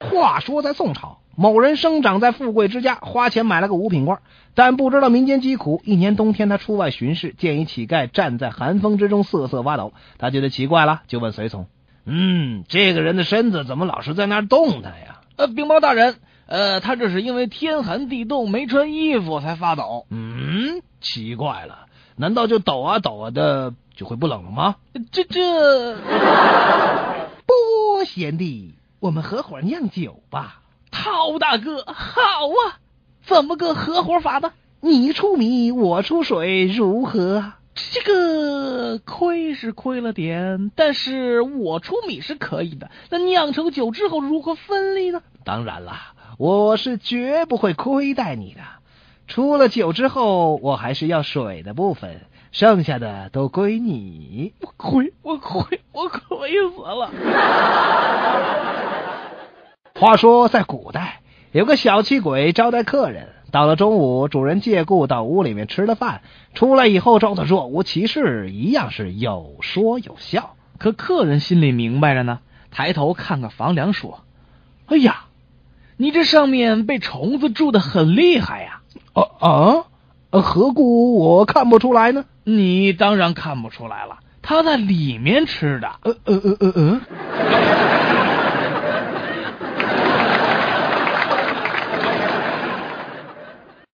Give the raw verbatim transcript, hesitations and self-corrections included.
话说在宋朝，某人生长在富贵之家，花钱买了个五品官，但不知道民间疾苦。一年冬天，他出外巡视，见一乞丐站在寒风之中瑟瑟发抖，他觉得奇怪了，就问随从：嗯，这个人的身子怎么老是在那儿动弹呀？ 呃，禀报大人，呃，他这是因为天寒地冻，没穿衣服才发抖。 嗯，奇怪了，难道就抖啊抖啊的就会不冷了吗？ 这这不，贤弟，我们合伙酿酒吧。 陶大哥，好啊，怎么个合伙法呢？ 你出米，我出水，如何？ 这个亏是亏了点，但是我出米是可以的。那酿成酒之后如何分利呢？ 当然啦，我是绝不会亏待你的。出了酒之后，我还是要水的部分，剩下的都归你。 我亏，我亏，我亏死了。 话说在古代，有个小气鬼招待客人，到了中午，主人借故到屋里面吃了饭，出来以后装作若无其事，一样是有说有笑。 可客人心里明白着呢，抬头看看房梁说：哎呀，你这上面被虫子蛀得很厉害呀。 啊啊，何故我看不出来呢？ 你当然看不出来了，他在里面吃的。 呃呃呃呃呃